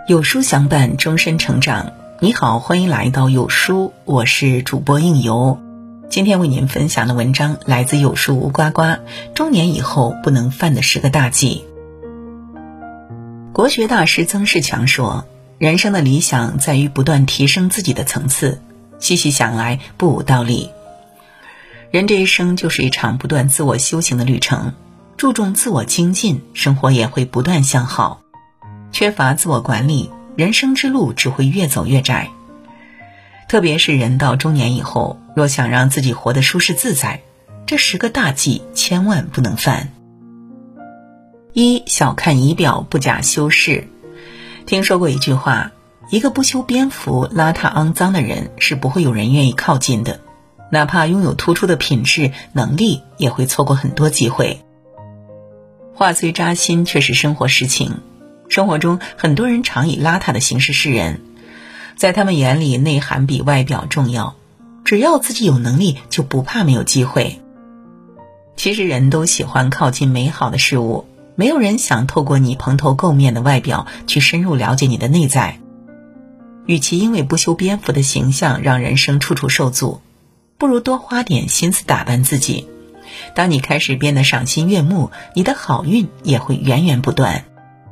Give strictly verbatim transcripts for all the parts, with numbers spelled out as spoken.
有书相伴，终身成长。你好，欢迎来到有书，我是主播应由。今天为您分享的文章来自有书无呱呱，中年以后不能犯的十个大忌。国学大师曾仕强说，人生的理想在于不断提升自己的层次，细细想来不无道理。人这一生就是一场不断自我修行的旅程，注重自我精进，生活也会不断向好。缺乏自我管理，人生之路只会越走越窄。特别是人到中年以后，若想让自己活得舒适自在，这十个大忌千万不能犯。一、小看仪表，不假修饰。听说过一句话，一个不修边幅、邋遢肮脏的人是不会有人愿意靠近的，哪怕拥有突出的品质能力，也会错过很多机会。话虽扎心，却是生活实情。生活中很多人常以邋遢的形式示人，在他们眼里内涵比外表重要，只要自己有能力就不怕没有机会。其实人都喜欢靠近美好的事物，没有人想透过你蓬头垢面的外表去深入了解你的内在。与其因为不修边幅的形象让人生处处受阻，不如多花点心思打扮自己。当你开始变得赏心悦目，你的好运也会源源不断。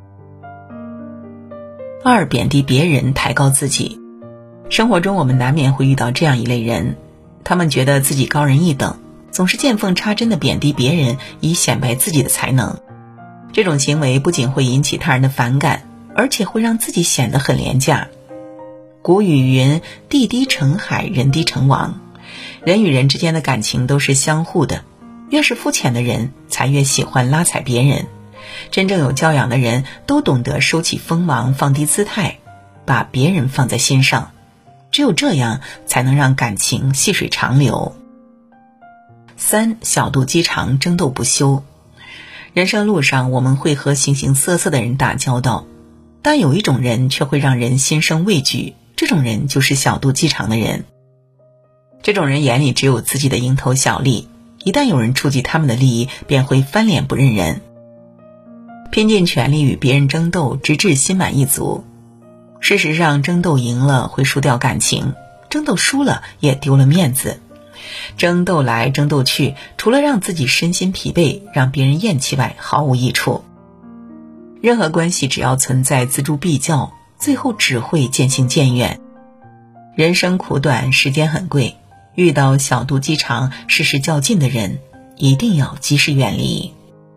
二、贬低别人，抬高自己。生活中我们难免会遇到这样一类人，他们觉得自己高人一等，总是见缝插针地贬低别人，以显摆自己的才能。这种行为不仅会引起他人的反感，而且会让自己显得很廉价。古语云，地低成海，人低成王。人与人之间的感情都是相互的，越是肤浅的人才越喜欢拉踩别人。真正有教养的人都懂得收起锋芒，放低姿态，把别人放在心上，只有这样才能让感情细水长流。三、小肚鸡肠，争斗不休。人生路上我们会和形形色色的人打交道，但有一种人却会让人心生畏惧，这种人就是小肚鸡肠的人。这种人眼里只有自己的蝇头小利，一旦有人触及他们的利益，便会翻脸不认人，拼尽全力与别人争斗，直至心满意足。事实上，争斗赢了会输掉感情，争斗输了也丢了面子。争斗来争斗去，除了让自己身心疲惫，让别人厌弃外，毫无益处。任何关系只要存在锱铢必较，最后只会渐行渐远。人生苦短，时间很贵，遇到小肚鸡肠、事事较劲的人，一定要及时远离。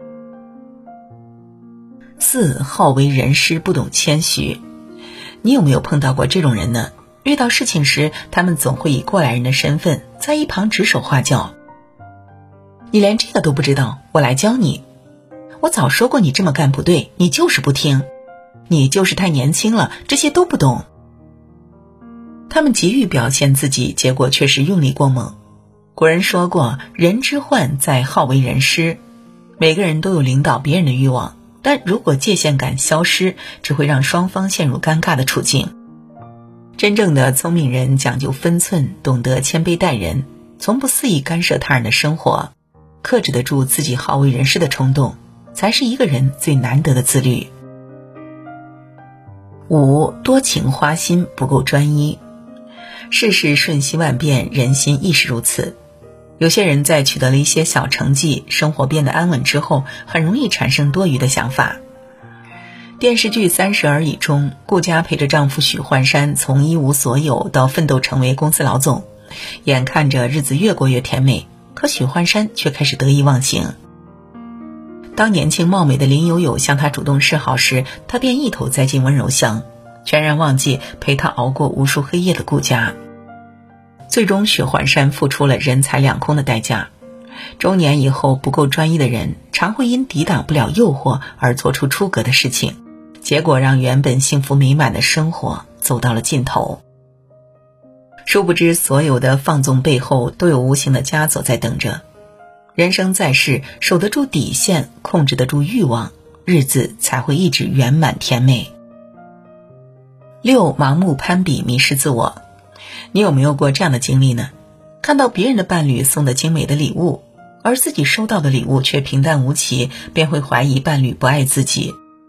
四、好为人师，不懂谦虚。你有没有碰到过这种人呢？遇到事情时，他们总会以过来人的身份在一旁指手画脚。你连这个都不知道，我来教你。我早说过你这么干不对，你就是不听。你就是太年轻了，这些都不懂。他们急于表现自己，结果却是用力过猛。古人说过，人之患在好为人师。每个人都有领导别人的欲望，但如果界限感消失，只会让双方陷入尴尬的处境。真正的聪明人讲究分寸，懂得谦卑待人，从不肆意干涉他人的生活，克制得住自己好为人师的冲动，才是一个人最难得的自律。五、多情花心，不够专一。世事瞬息万变，人心亦是如此。有些人在取得了一些小成绩，生活变得安稳之后，很容易产生多余的想法。电视剧《三十而已》中，顾佳陪着丈夫许幻山从一无所有到奋斗成为公司老总，眼看着日子越过越甜美，可许幻山却开始得意忘形。当年轻貌美的林有有向他主动示好时，他便一头栽进温柔乡，全然忘记陪他熬过无数黑夜的顾佳。最终许幻山付出了人财两空的代价。中年以后不够专一的人，常会因抵挡不了诱惑而做出出格的事情，结果让原本幸福美满的生活走到了尽头。殊不知，所有的放纵背后都有无形的枷锁在等着。人生在世，守得住底线，控制得住欲望，日子才会一直圆满甜美。六、盲目攀比，迷失自我。你有没有过这样的经历呢？看到别人的伴侣送的精美的礼物，而自己收到的礼物却平淡无奇，便会怀疑伴侣不爱自己。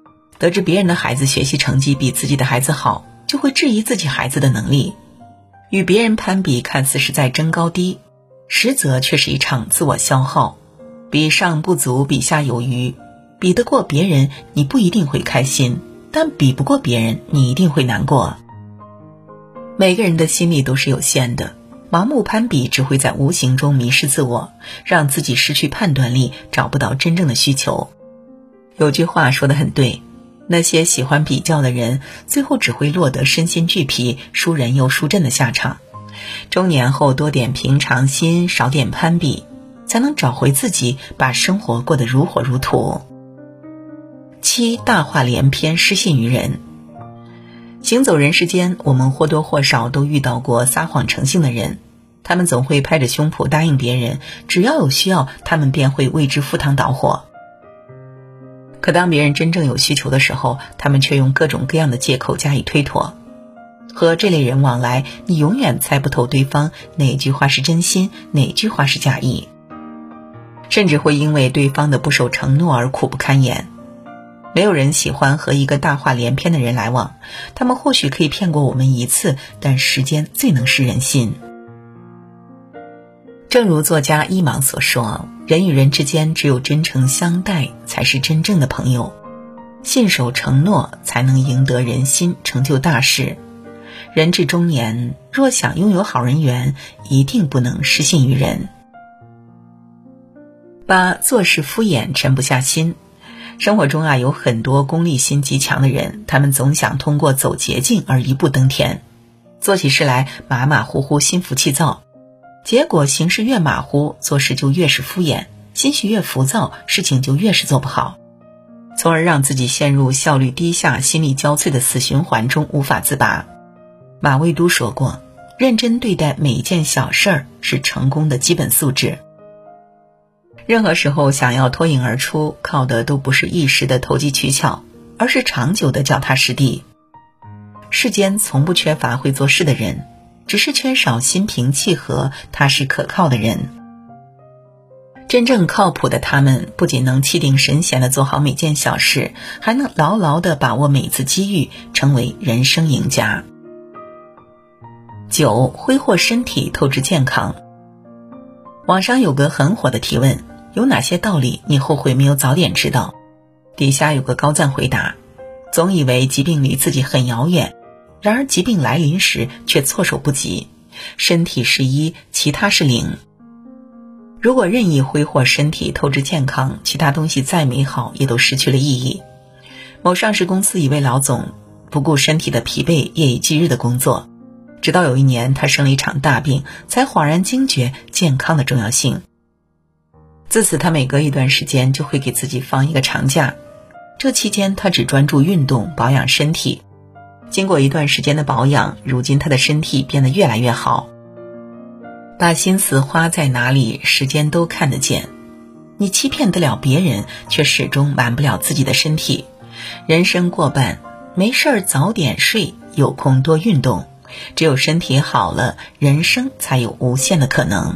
得知别人的孩子学习成绩比自己的孩子好，就会质疑自己孩子的能力。与别人攀比看似是在争高低，实则却是一场自我消耗。比上不足，比下有余。比得过别人，你不一定会开心，但比不过别人，你一定会难过。每个人的心力都是有限的，盲目攀比只会在无形中迷失自我，让自己失去判断力，找不到真正的需求。有句话说得很对，那些喜欢比较的人，最后只会落得身心俱疲，输人又输阵的下场。中年后多点平常心，少点攀比，才能找回自己，把生活过得如火如荼。七，大话连篇，失信于人。行走人世间，我们或多或少都遇到过撒谎成性的人，他们总会拍着胸脯答应别人，只要有需要，他们便会为之赴汤蹈火。可当别人真正有需求的时候，他们却用各种各样的借口加以推脱。和这类人往来，你永远猜不透对方哪句话是真心，哪句话是假意，甚至会因为对方的不守承诺而苦不堪言。没有人喜欢和一个大话连篇的人来往，他们或许可以骗过我们一次，但时间最能识人心。正如作家一芒所说，人与人之间只有真诚相待才是真正的朋友，信守承诺才能赢得人心，成就大事。人至中年，若想拥有好人缘，一定不能失信于人。八，做事敷衍，沉不下心。生活中啊，有很多功利心极强的人，他们总想通过走捷径而一步登天，做起事来马马虎虎，心浮气躁，结果行事越马虎，做事就越是敷衍，心绪越浮躁，事情就越是做不好，从而让自己陷入效率低下、心力交瘁的死循环中无法自拔。马未都说过，认真对待每一件小事儿是成功的基本素质。任何时候想要脱颖而出，靠的都不是一时的投机取巧，而是长久的脚踏实地。世间从不缺乏会做事的人，只是缺少心平气和、踏实可靠的人。真正靠谱的他们，不仅能气定神闲地做好每件小事，还能牢牢地把握每次机遇，成为人生赢家。九，挥霍身体，透支健康。网上有个很火的提问，有哪些道理你后悔没有早点知道？底下有个高赞回答，总以为疾病离自己很遥远，然而疾病来临时却措手不及，身体是一，其他是零。如果任意挥霍身体，透支健康，其他东西再美好也都失去了意义。某上市公司一位老总不顾身体的疲惫，夜以继日的工作，直到有一年他生了一场大病，才恍然惊觉健康的重要性。自此他每隔一段时间就会给自己放一个长假，这期间他只专注运动，保养身体。经过一段时间的保养，如今他的身体变得越来越好。把心思花在哪里，时间都看得见。你欺骗得了别人，却始终瞒不了自己的身体。人生过半，没事儿早点睡，有空多运动，只有身体好了，人生才有无限的可能。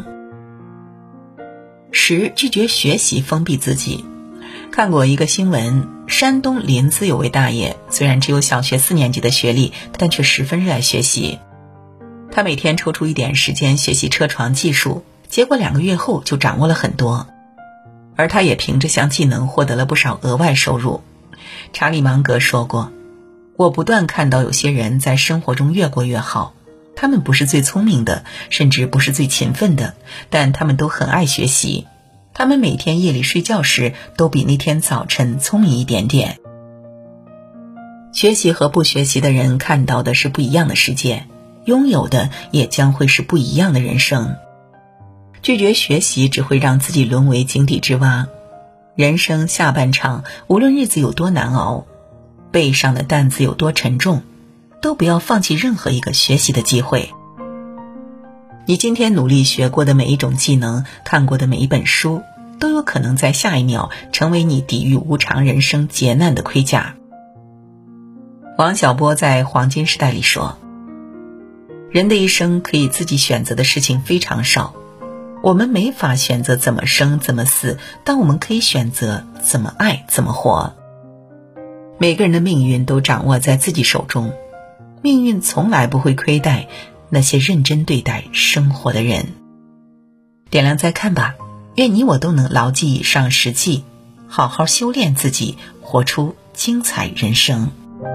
十，拒绝学习，封闭自己。看过一个新闻，山东临淄有位大爷，虽然只有小学四年级的学历，但却十分热爱学习。他每天抽出一点时间学习车床技术，结果两个月后就掌握了很多。而他也凭这项技能获得了不少额外收入。查理芒格说过，我不断看到有些人在生活中越过越好，他们不是最聪明的，甚至不是最勤奋的，但他们都很爱学习。他们每天夜里睡觉时都比那天早晨聪明一点点。学习和不学习的人看到的是不一样的世界，拥有的也将会是不一样的人生。拒绝学习只会让自己沦为井底之蛙。人生下半场，无论日子有多难熬，背上的担子有多沉重，都不要放弃任何一个学习的机会。你今天努力学过的每一种技能，看过的每一本书，都有可能在下一秒成为你抵御无常人生劫难的盔甲。王小波在《黄金时代》里说，人的一生可以自己选择的事情非常少，我们没法选择怎么生怎么死，但我们可以选择怎么爱怎么活。 每个人的命运都掌握在自己手中，命运从来不会亏待那些认真对待生活的人。点亮再看吧，愿你我都能牢记以上实际，好好修炼自己，活出精彩人生。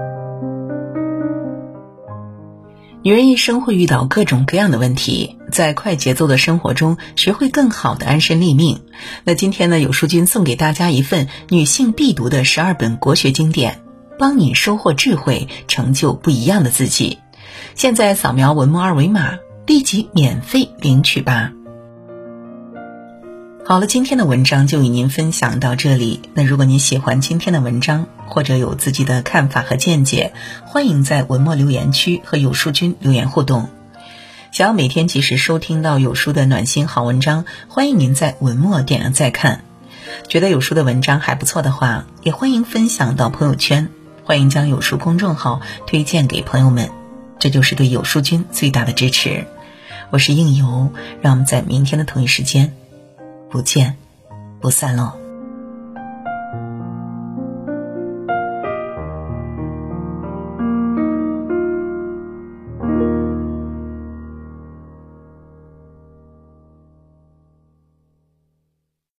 女人一生会遇到各种各样的问题，在快节奏的生活中学会更好的安身立命。那今天呢，有书君送给大家一份女性必读的十二本国学经典，帮你收获智慧，成就不一样的自己。现在扫描文末二维码，立即免费领取吧。好了，今天的文章就与您分享到这里。那如果您喜欢今天的文章，或者有自己的看法和见解，欢迎在文末留言区和有书君留言互动。想要每天及时收听到有书的暖心好文章，欢迎您在文末点亮再看。觉得有书的文章还不错的话，也欢迎分享到朋友圈，欢迎将有书公众号推荐给朋友们，这就是对有书君最大的支持。我是应由，让我们在明天的同一时间不见不散喽。